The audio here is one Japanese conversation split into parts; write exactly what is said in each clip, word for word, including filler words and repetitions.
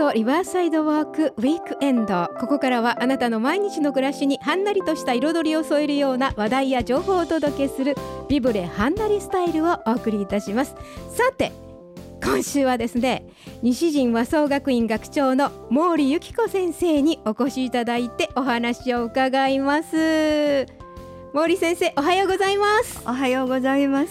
トリバーサイドワークウィークエンド。ここからはあなたの毎日の暮らしにはんなりとした彩りを添えるような話題や情報をお届けするビブレはんなりスタイルをお送りいたします。さて今週はですね、西陣和装学院学長の毛利由紀子先生にお越しいただいてお話を伺います。毛利先生、おはようございます。 おはようございます。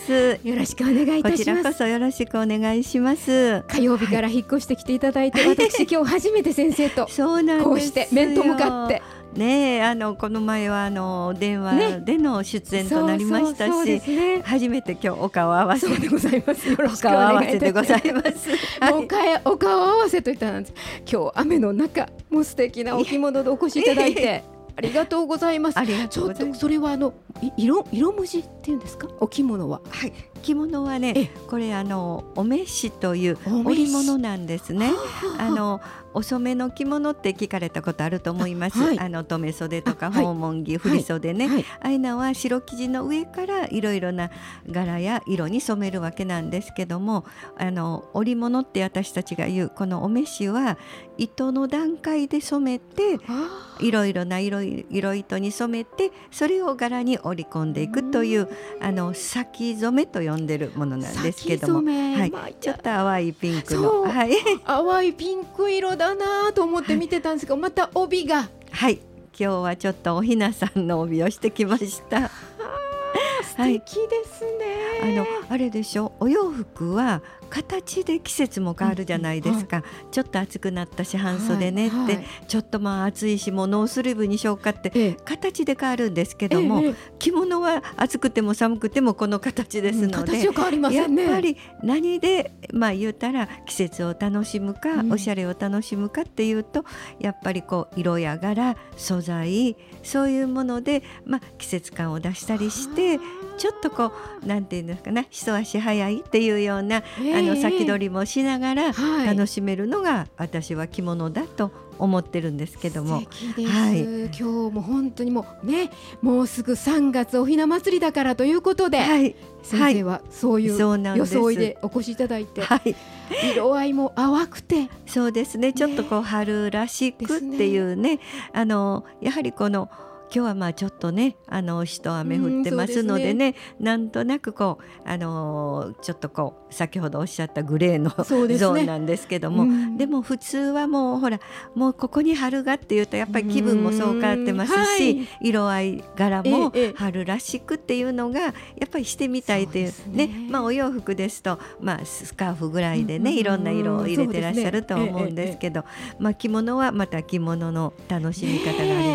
よろしくお願いいたします。 こちらこそよろしくお願いします。 火曜日から引っ越してきていただいて、はい、私今日初めて先生とそうなんですよ。 こうして面と向かってねえ、あのこの前はあの電話での出演となりましたし、ね、そうそうそうですね、初めて今日お顔合わせでございます。よろしくお願いいたします。 お顔合わせでございます。 はい、おかえお顔合わせといったんです。今日雨の中もう素敵なお着物でお越しいただいてありがとうございます。 ありがとうございます。 ちょっとそれはあの色色無地っていうんですか、お着物は。 はい、着物はね、これあのお召しという織物なんですね。あのお染めの着物って聞かれたことあると思います。あ、はい、あの留め袖とか訪問着、振り袖ね、はいはい、ああいうのは白生地の上からいろいろな柄や色に染めるわけなんですけども、あの織物って私たちが言うこのお召しは糸の段階で染めていろいろな色色糸に染めてそれを柄に織り込んでいくというあの先染めと呼んでるものなんですけども、はい、ちょっと淡いピンクの、はい、 淡いピンク色だなと思って見てたんですが、はい、また帯が、 はい、今日はちょっとおひなさんの帯をしてきました。 素敵ですね。 はい、あのあれでしょ、お洋服は形で季節も変わるじゃないですか、うんはい、ちょっと暑くなったし半袖ねって、はいはい、ちょっとまあ暑いしもうノースリーブにしようかって、ええ、形で変わるんですけども、ええ、着物は暑くても寒くてもこの形ですので、うん、 形は変わりませんね。 やっぱり何でまあ言うたら季節を楽しむか、うん、おしゃれを楽しむかっていうとやっぱりこう色や柄素材そういうもので、まあ、季節感を出したりしてちょっとこうなんていうんですかね、一足早いっていうような、えー、あの先取りもしながら楽しめるのが、はい、私は着物だと思ってるんですけども。 素敵です、はい、今日も本当にもうね、もうすぐさんがつおひな祭りだからということで、はい、先生はそういう装いでお越しいただいて、はい、色合いも淡くてそうですね、ちょっとこう春らしくっていうね、ね、あのやはりこの今日はまあちょっとねあの一雨降ってますので ね, でねなんとなくこうあのー、ちょっとこう先ほどおっしゃったグレーの、ね、ゾーンなんですけども、うん、でも普通はもうほらもうここに春がっていうとやっぱり気分もそう変わってますし、はい、色合い柄も春らしくっていうのがやっぱりしてみたいという、ねね、まあ、お洋服ですと、まあ、スカーフぐらいでね、うん、いろんな色を入れてらっしゃると思うんですけど、まあ、着物はまた着物の楽しみ方があります。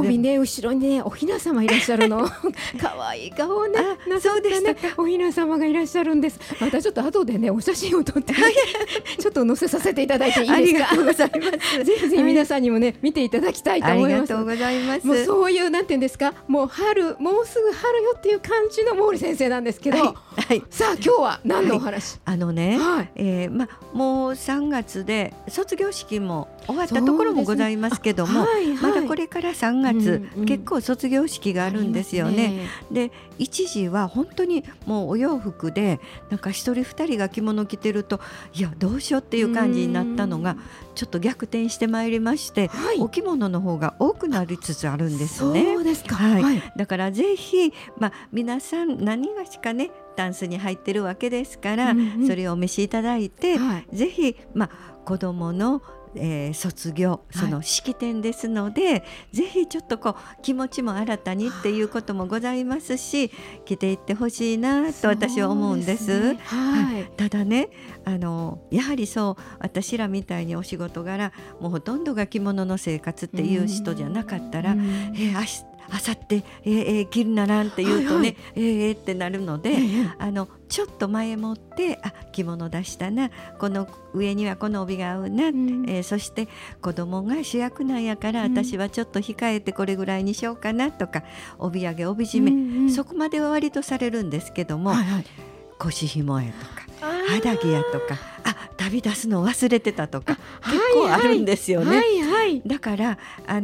帯ね、後ろにねおひな様いらっしゃるの可愛い顔をねなさったねおひな様がいらっしゃるんです。またちょっと後でねお写真を撮ってちょっと載せさせていただいていいですか。 ありがとうございます。 ぜひぜひ皆さんにもね見ていただきたいと思います。 ありがとうございます。 もうそういうなんていうんですか、もう春もうすぐ春よっていう感じの毛利先生なんですけど、はいはい、さあ今日は何のお話、 はい、あのね、はい、えーま、もうさんがつで卒業式も終わったところもございますけども、はいはい、まだこれからさんがつ、うんうん、結構卒業式があるんですよね。で一時は本当にもうお洋服でなんか一人二人が着物着てるといやどうしようっていう感じになったのがちょっと逆転してまいりまして、はい、お着物の方が多くなりつつあるんですね。 そうですか、 はいはい、 だからぜひ、まあ、皆さん何がしかねタンスに入ってるわけですから、うんうん、それをお召しいただいて、はい、ぜひ、まあ、子どものえー、卒業その式典ですので、はい、ぜひちょっとこう気持ちも新たにっていうこともございますし着ていってほしいなと私は思うんです。 そうですね、はい、 ただねあのやはりそう私らみたいにお仕事柄もうほとんどが着物の生活っていう人じゃなかったら、えー、明日あさって、えーえー、着るならんって言うとね、はいはい、えー、えー、ってなるので、えー、あのちょっと前もってあ着物出したなこの上にはこの帯が合うな、うん、えー、そして子供が主役なんやから、うん、私はちょっと控えてこれぐらいにしようかなとか帯揚げ帯締め、うんうん、そこまでは割とされるんですけども、はいはい、腰紐へとか肌着やとかあ旅出すの忘れてたとか結構あるんですよね、はいはい、だからあの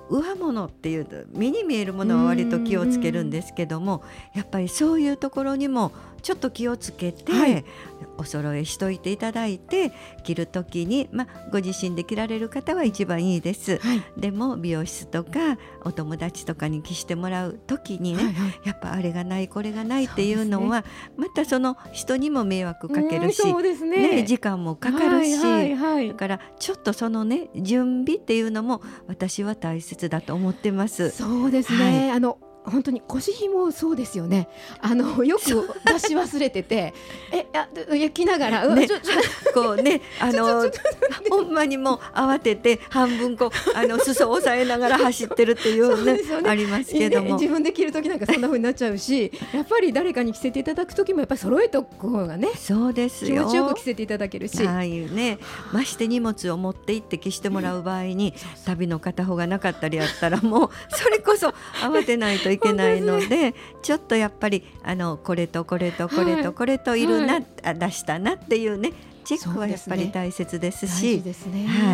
上物っていう目に見えるものは割と気をつけるんですけども、やっぱりそういうところにもちょっと気をつけて、はい、お揃えしといていただいて、着るときに、まあ、ご自身で着られる方は一番いいです、はい、でも美容室とかお友達とかに着してもらうときにね、はいはい、やっぱあれがないこれがないっていうのは、ね、またその人にも迷惑かけるし、そうですね、ね、時間もかかるし、はいはいはい、だからちょっとそのね準備っていうのも私は大切だと思ってます。 そうですね、はい、あの本当に腰紐そうですよね。あのよく出し忘れててえあ焼きながら、ね、ちょちょこうねあのほんまにもう慌てて半分こうあの裾を押さえながら走ってるっていう ね, うねありますけども、 ね、自分で着るときなんかそんな風になっちゃうしやっぱり誰かに着せていただくときもやっぱり揃えとく方がね、 そうですよ、 気持ちよく着せていただけるし、 ああいうね、まして荷物を持って行って着してもらう場合に、うん、そうそう旅の片方がなかったりやったらもうそれこそ慌てないといけないのでね、ちょっとやっぱりあのこれとこれとこれとこれといるな、はい、出したなっていうねチェックはやっぱり大切ですし、 ですね、 はい、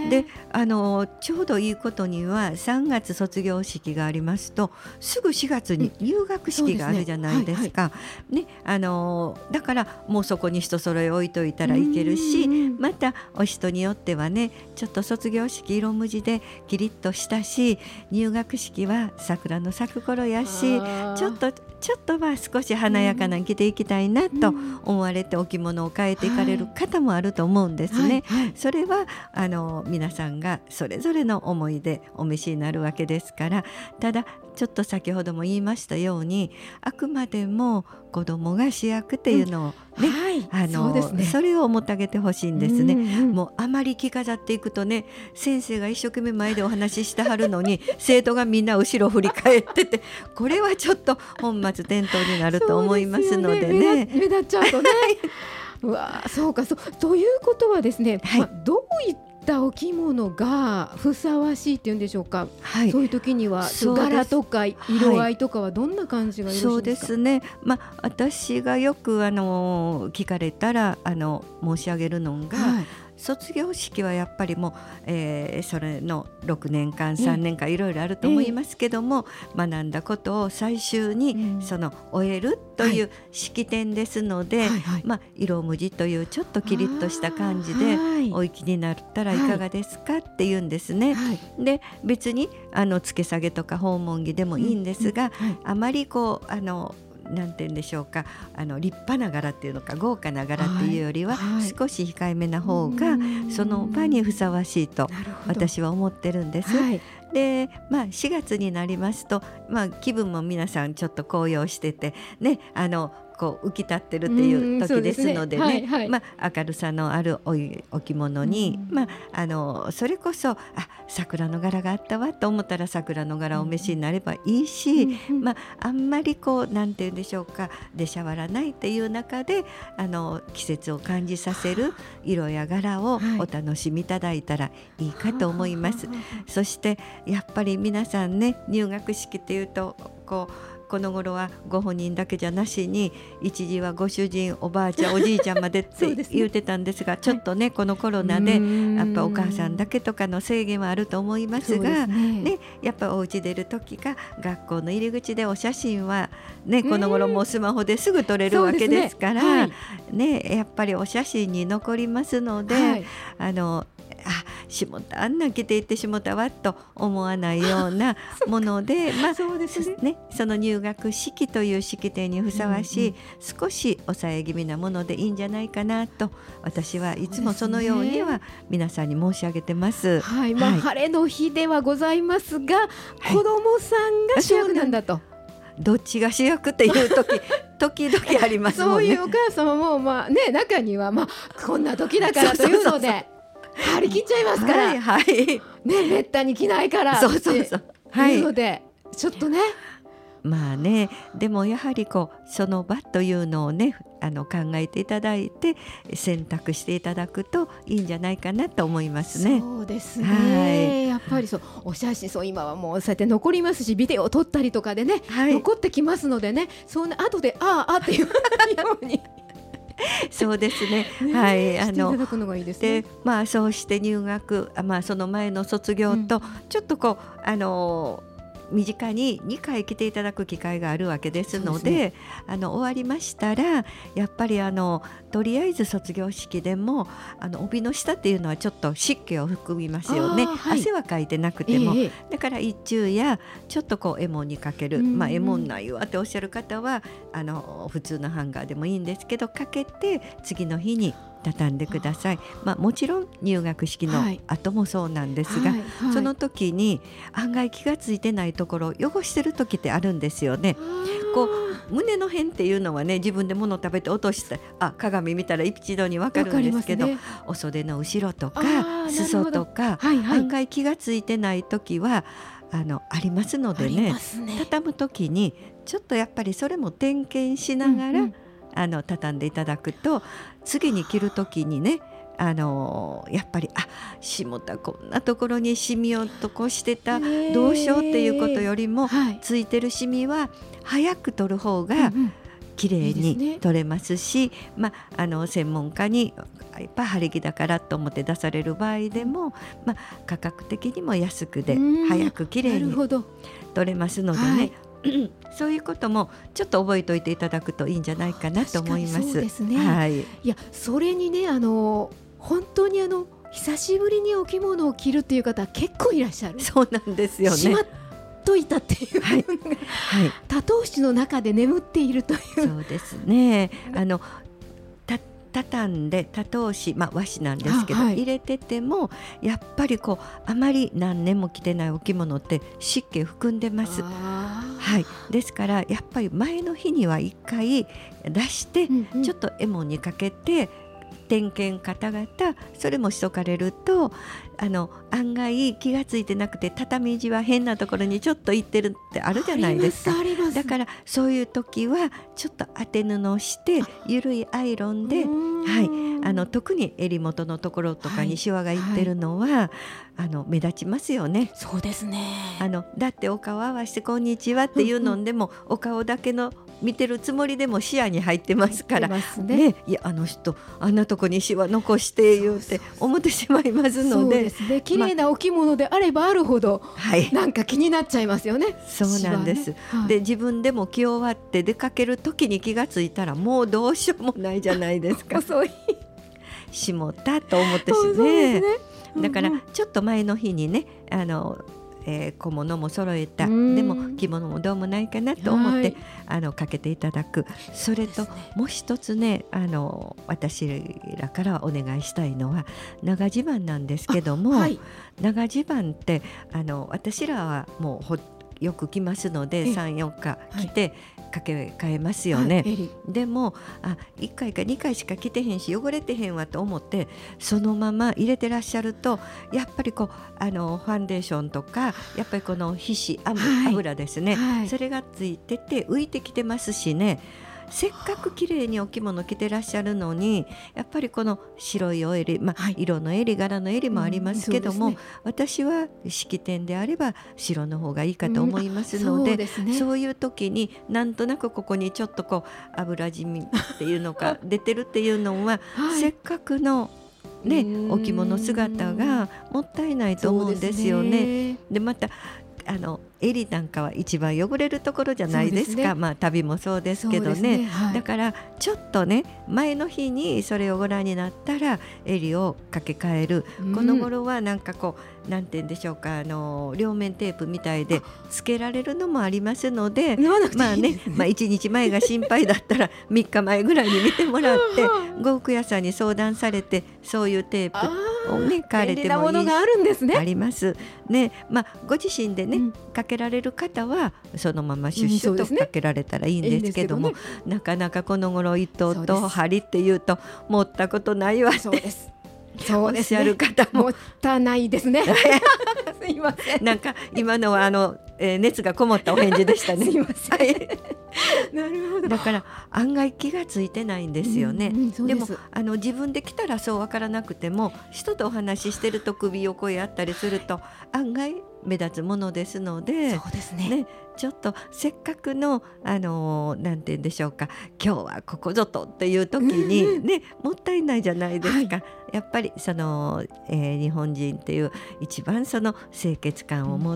であのちょうどいいことにはさんがつ卒業式がありますとすぐしがつに入学式があるじゃないですか、うん、ね、あのだからもうそこに一揃え置いといたらいけるし、またお人によってはねちょっと卒業式色無地でキリッとしたし、入学式は桜の咲く頃やし、ちょっとちょっとは少し華やかな着ていきたいなと思われてお着物を変えていかれる方もあると思うんですね、はいはい、それはあの皆さんがそれぞれの思いでお召しになるわけですから、ただちょっと先ほども言いましたようにあくまでも子供が主役っていうのをね、うんはい、あの そうですね、それを思ってあげてほしいんですね、うんうん、もうあまり着飾っていくとね、先生が一生懸命前でお話ししてはるのに生徒がみんな後ろ振り返っててこれはちょっと本末転倒になると思いますのでね、 目立っちゃうとねうわそうか、そうということはですね、はい、まあ、どういったお着物がふさわしいっていうんでしょうか、はい、そういう時には柄とか色合いとかはどんな感じがよろしいですか？ そうですね、まあ、私がよくあの聞かれたらあの申し上げるのが、はい、卒業式はやっぱりもう、えー、それのろくねんかんさんねんかんいろいろあると思いますけども、えー、学んだことを最終にその終えるという式典ですので、はいはいはい、まあ、色無地というちょっとキリッとした感じでお生きになったらいかがですかっていうんですね、はい、で別にあの付け下げとか訪問着でもいいんですが、うんうんはい、あまりこうあのなんて言うんでしょうか、あの立派な柄っていうのか豪華な柄っていうよりは、はいはい、少し控えめな方がその場にふさわしいと私は思ってるんです、はい、で、まあ、しがつになりますと、まあ、気分も皆さんちょっと高揚しててね、あのこう浮き立ってるっていう時ですのでね、はいはい、まあ、明るさのある お, お着物に、まあ、あのそれこそあ桜の柄があったわと思ったら桜の柄をお召しになればいいし、まあ、あんまりこうなんて言うんでしょうか、出しゃばらないっていう中であの季節を感じさせる色や柄をお楽しみいただいたらいいかと思います、はい、そしてやっぱり皆さんね、入学式っていうとこうこの頃はご本人だけじゃなしに一時はご主人おばあちゃんおじいちゃんまでって言ってたんですが、ちょっとねこのコロナでやっぱお母さんだけとかの制限はあると思いますが、ねね、やっぱお家出る時か学校の入り口でお写真は、ね、この頃もうスマホですぐ撮れるわけですから、ねはいね、やっぱりお写真に残りますので、はい、あのあしもたあんな着ていってしもたわと思わないようなものでまあそうですね、ね、その入学式という式典にふさわしい、うんうん、少し抑え気味なものでいいんじゃないかなと私はいつもそのようには皆さんに申し上げてます。 はい、まあはい、晴れの日ではございますが、はい、子どもさんが主役なんだと、 どっちが主役っていう時時々ありますもんね。 そういうお母様も、まあね、中には、まあ、こんな時だからというので張り切っちゃいますから、はいはい、ね、めったに着ないからっていうので、はい、ちょっとね、 まあね、でもやはりこうその場というのをねあの考えていただいて選択していただくといいんじゃないかなと思いますね。 そうですね、はい、やっぱりそうお写真、そう今はもうそうやって残りますし、ビデオを撮ったりとかでね、はい、残ってきますのでね、そんな後であああって言わないようにそうですね。 ねはい、あしていたのだくのがいいですね。 で、まあそうして入学、あまあその前の卒業と、ちょっとこうあの身近ににかい来ていただく機会があるわけですので、 そうですねあの終わりましたらやっぱりあのとりあえず卒業式でもあの帯の下っていうのはちょっと湿気を含みますよね、 あーはい汗はかいてなくても、 ええだから一中やちょっとこうエモンにかける、 うんうんまあエモンないわっておっしゃる方はあの普通のハンガーでもいいんですけどかけて次の日に畳んでください。まあ、もちろん入学式のはい後もそうなんですが、 はいはいその時に案外気がついてないところを汚してる時ってあるんですよね。こう胸の辺っていうのはね自分で物を食べて落としてあ鏡見たら一度に分かるんですけど、 わかりますねお袖の後ろとかあーなるほど裾とか、 はいはい案外気がついてない時はあのありますのでありねますね。 畳む時にちょっとやっぱりそれも点検しながら、 うんうんあの畳んでいただくと次に着る時にねあのやっぱりあ下田こんなところにシミをとこしてたへーどうしようっていうことよりも、 はいついてるシミは早く取る方うんがうん綺麗いいですねに取れますし、まあ、あの専門家にやっぱ晴れ着だからと思って出される場合でも、まあ、価格的にも安くでうん早く綺麗になるほど取れますのでね、 はいそういうこともちょっと覚えておいていただくといいんじゃないかなと思います。 確かにそうですねはい、 いやそれにねあの本当にあの久しぶりにお着物を着るっていう方結構いらっしゃる。 そうなんですよね。 しまっといたっていうはい部分がはい、 多頭紙の中で眠っているという。 そうですね。あのた畳んで多頭紙、まあ、和紙なんですけど、 あはい入れててもやっぱりこうあまり何年も着てないお着物って湿気含んでます。 あーはい、ですからやっぱり前の日には一回出して、 うんうんちょっとエモンにかけて点検方々それもしとかれるとあの案外気がついてなくて畳地は変なところにちょっと行ってるってあるじゃないですか。 ありますありますだからそういう時はちょっと当て布をしてゆるいアイロンで、 うーんはい、あの特に襟元のところとかにシワがいってるのは、あの目立ちますよね。 そうですね。 あのだってお顔合わせてこんにちはっていうのでも、お顔だけの見てるつもりでも視野に入ってますから入ってますねね、いやあの人あんなとこにシワ残して言うて思ってしまいますそうのでですね。綺麗なお着物であればあるほど、 はいなんか気になっちゃいますよね。 そうなんです、 シワねはいで自分でも着終わって出かける時に気がついたらもうどうしようもないじゃないですか遅い。 しもたと思ってしそうですねね。 だからうんうんちょっと前の日にねあの、えー小物も揃えたうんでも着物もどうもないかなと思って、 はいあのかけていただく。それとそうですねもう一つねあの私らからはお願いしたいのは長襦袢なんですけども、 はい。 長襦袢ってあの私らはもうほよく着ますのえでえさん、よっか着てかけ替えますよね。 はい襟でもあいっかいかにかいしか着てへんし汚れてへんわと思ってそのまま入れてらっしゃるとやっぱりこうあのファンデーションとかやっぱりこの皮脂油,、 はい油ですね、 はいそれがついてて浮いてきてますしね。せっかく綺麗にお着物着てらっしゃるのにやっぱりこの白いお襟、まあはい色の襟柄の襟もありますけども、 うんそうですね私は式典であれば白の方がいいかと思いますので、 そうですね。 そういう時になんとなくここにちょっとこう油染みっていうのか出てるっていうのは、 はいせっかくのねうーんお着物姿がもったいないと思うんですよね。でまたあの襟なんかは一番汚れるところじゃないですか。 そうですねまあ旅もそうですけどそうですね。 ねはいだからちょっとね前の日にそれをご覧になったら襟を掛け替える、 うんこの頃はなんかこうなんて言うんでしょうかあの両面テープみたいでつけられるのもありますので縫わなくてまあねいいですねまあいちにちまえが心配だったらみっかまえぐらいに見てもらって呉服屋さんに相談されてそういうテーあプをね買われ便利なてもいいしものがあるんですあね。 りますね。まあご自身でね、 うんかけられる方はそのままシュッうんシュとそうですねかけられたらいいんですけども、 いいんですなかなかこの頃糸そうですと針っていうと持ったことないわってそうです。そおっしゃうですね。 る方ももったいないですね。すいません。 なんか今のはあの、えー熱がこもったお返事でしたね。 すいませんはいなるほど。 だから案外気がついてないんですよね。 うんうんそうでもですあの自分で来たらそうわからなくても人とお話ししてると首横へあったりすると案外目立つものですので、 そうですね。 ね、ちょっとせっかくの、あのー、なんて言うんでしょうか、今日はここぞとっていう時に、 うんうん、 ね、もったいないじゃないですか、 はい、 やっぱりその、えー、日本人っていう一番その清潔感を持って、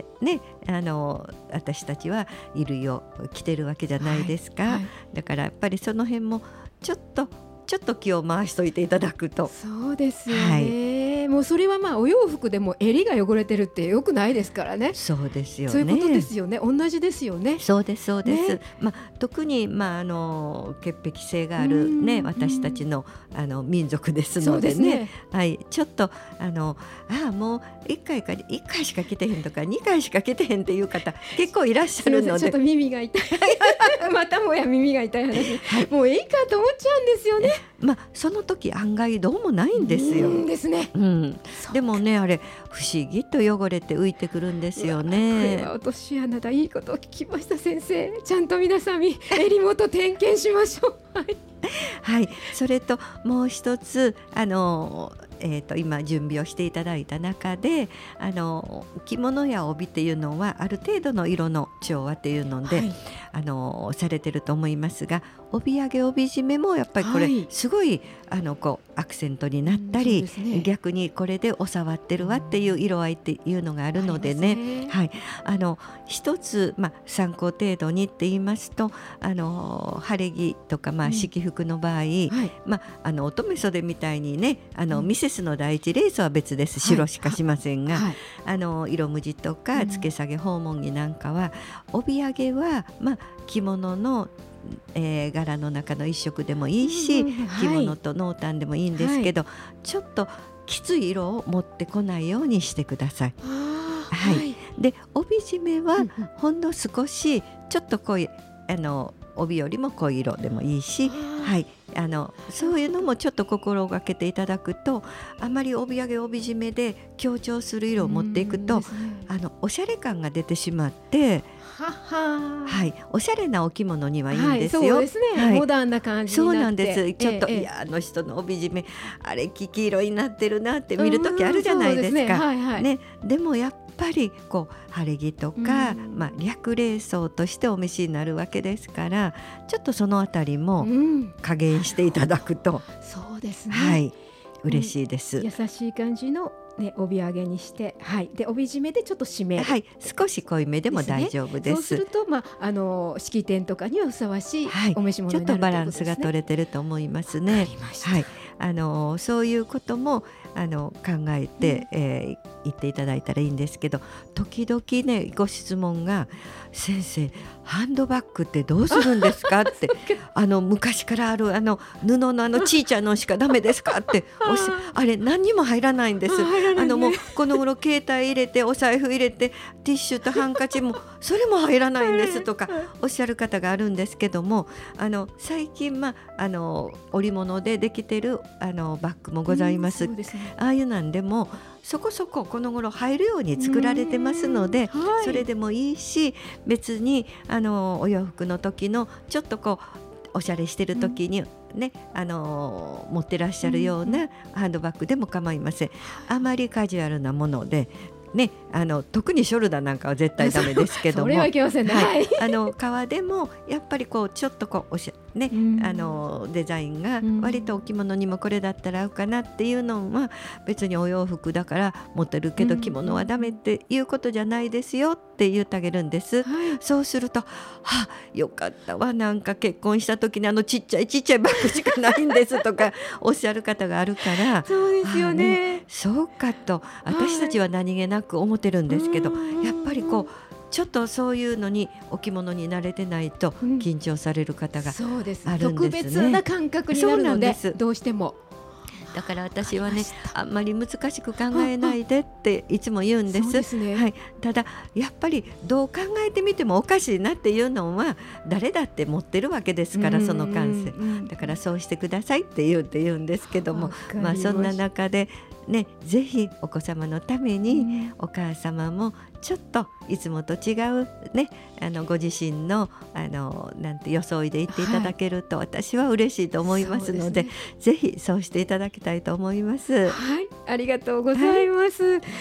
うん、ね、あのー、私たちは衣類を着てるわけじゃないですか、はいはい、だからやっぱりその辺もちょっとちょっと気を回しといていただくと。 そうですよね、はい、もうそれはまあお洋服でも襟が汚れてるってよくないですからね。 そうですよね。 そういうことですよね。同じですよね。 そうですそうです、 ね、 まあ、特に、まあ、あの潔癖性がある、ね、私たちの、あの民族ですので ね, でね、はい、ちょっとあのあもういっかいかいっかいしか着てへんとかにかいしか着てへんっていう方結構いらっしゃるので、 ちょっと耳が痛いまたもや耳が痛い話、はい、もういいかと思っちゃうんですよね。 まあ、その時案外どうもないんですよ。 うんですね、 うん、でもねあれ不思議と汚れて浮いてくるんですよね。 これは落とし穴だ。いいことを聞きました先生。ちゃんと皆さん襟元点検しましょうはい、 はい、それともう一つあのえー、と今準備をしていただいた中であの着物や帯っていうのはある程度の色の調和っていうので、はい、あのされてると思いますが、帯揚げ帯締めもやっぱりこれすごい、はい、あのこうアクセントになったり、ね、逆にこれで収まってるわっていう色合いっていうのがあるのでね、ね、はい、あの一つ、まあ、参考程度にって言いますとあの晴れ着とか、まあ、式服の場合、うん、はい、まあ、あの乙女袖みたいにねあの、うん、ミセスの第一レースは別です。白しかしませんが、はい、あの色無地とか付け下げ訪問着なんかは、うん、帯揚げは、まあ、着物のえー、柄の中の一色でもいいし、うん、はい、着物と濃淡でもいいんですけど、はい、ちょっときつい色を持ってこないようにしてください。はいはい、で帯締めはほんの少しちょっと濃いあの帯よりも濃い色でもいいし、はい、あのそういうのもちょっと心がけていただくと、あまり帯揚げ帯締めで強調する色を持っていくと、ね、あのおしゃれ感が出てしまってはは、はい、おしゃれなお着物にはいいんですよ、はい、そうですね、はい、 モダンな感じになって、 そうなんです。ちょっと、ええ、いやあの人の帯締めあれ黄色になってるなって見るときあるじゃないですか、ね、はいはい、ね、でもやっぱりこう晴れ着とか、まあ、略礼装としてお召しになるわけですから、ちょっとそのあたりも加減していただくと、うん、 そうですね、 はい、嬉しいです、 うん、優しい感じのね、帯揚げにして、はい、で帯締めでちょっと締める、 はい、少し濃いめでも大丈夫です。 そうすると、まあ、あの式典とかにはふさわしいお召し物になるということですね、はい、ちょっとバランスが取れてると思いますね。 わかりました、 はい、あのそういうこともあの考えて、うん、えー、言っていただいたらいいんですけど、時々ねご質問が、先生ハンドバッグってどうするんですかってあの昔からあるあの布のあのちいちゃなのしかダメですかっておっしゃあれ何にも入らないんです。あ、ね、あのもうこの頃携帯入れてお財布入れてティッシュとハンカチもそれも入らないんですとかおっしゃる方があるんですけども、あの最近、まあ、あの織物でできてるあのバッグもございます、うん、そうですね、ああいうなんでもそこそここの頃入るように作られてますので、はい、それでもいいし、別にあのお洋服の時のちょっとこうおしゃれしてる時に、ね、あの持ってらっしゃるようなハンドバッグでも構いません。あまりカジュアルなものでね、あの特にショルダーなんかは絶対ダメですけども、 それはいけませんね、はい、 あの革でもやっぱりこうちょっとこうおしゃ、ね、あのデザインが割とお着物にもこれだったら合うかなっていうのは、別にお洋服だから持ってるけど着物はダメっていうことじゃないですよって言ってあげるんです、はい、そうすると、はあ、よかったわ、なんか結婚した時にあのちっちゃいちっちゃいバッグしかないんですとかおっしゃる方があるから、 そうですよね、 ね、そうかと私たちは何気なく思ってるんですけど、やっぱりこうちょっとそういうのにお着物に慣れてないと緊張される方があるんですね、うん、 特別な感覚になるので、どうしてもだから私はね、あんまり難しく考えないでっていつも言うんです。そうですね、はい、ただやっぱりどう考えてみてもおかしいなっていうのは誰だって持ってるわけですから、その感性だからそうしてくださいって言うって言うんですけども、まあそんな中でね、ぜひお子様のためにお母様もちょっといつもと違う、ね、あのご自身の、あのなんて装いで言っていただけると私は嬉しいと思いますので、はい、ぜひそうしていただきたいと思います。 はい、ありがとうございます、はい、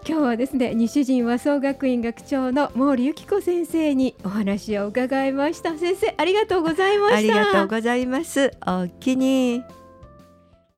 今日はですね、西陣和装学院学長の毛利由紀子先生にお話を伺いました。先生、ありがとうございました。 ありがとうございます。おおきに。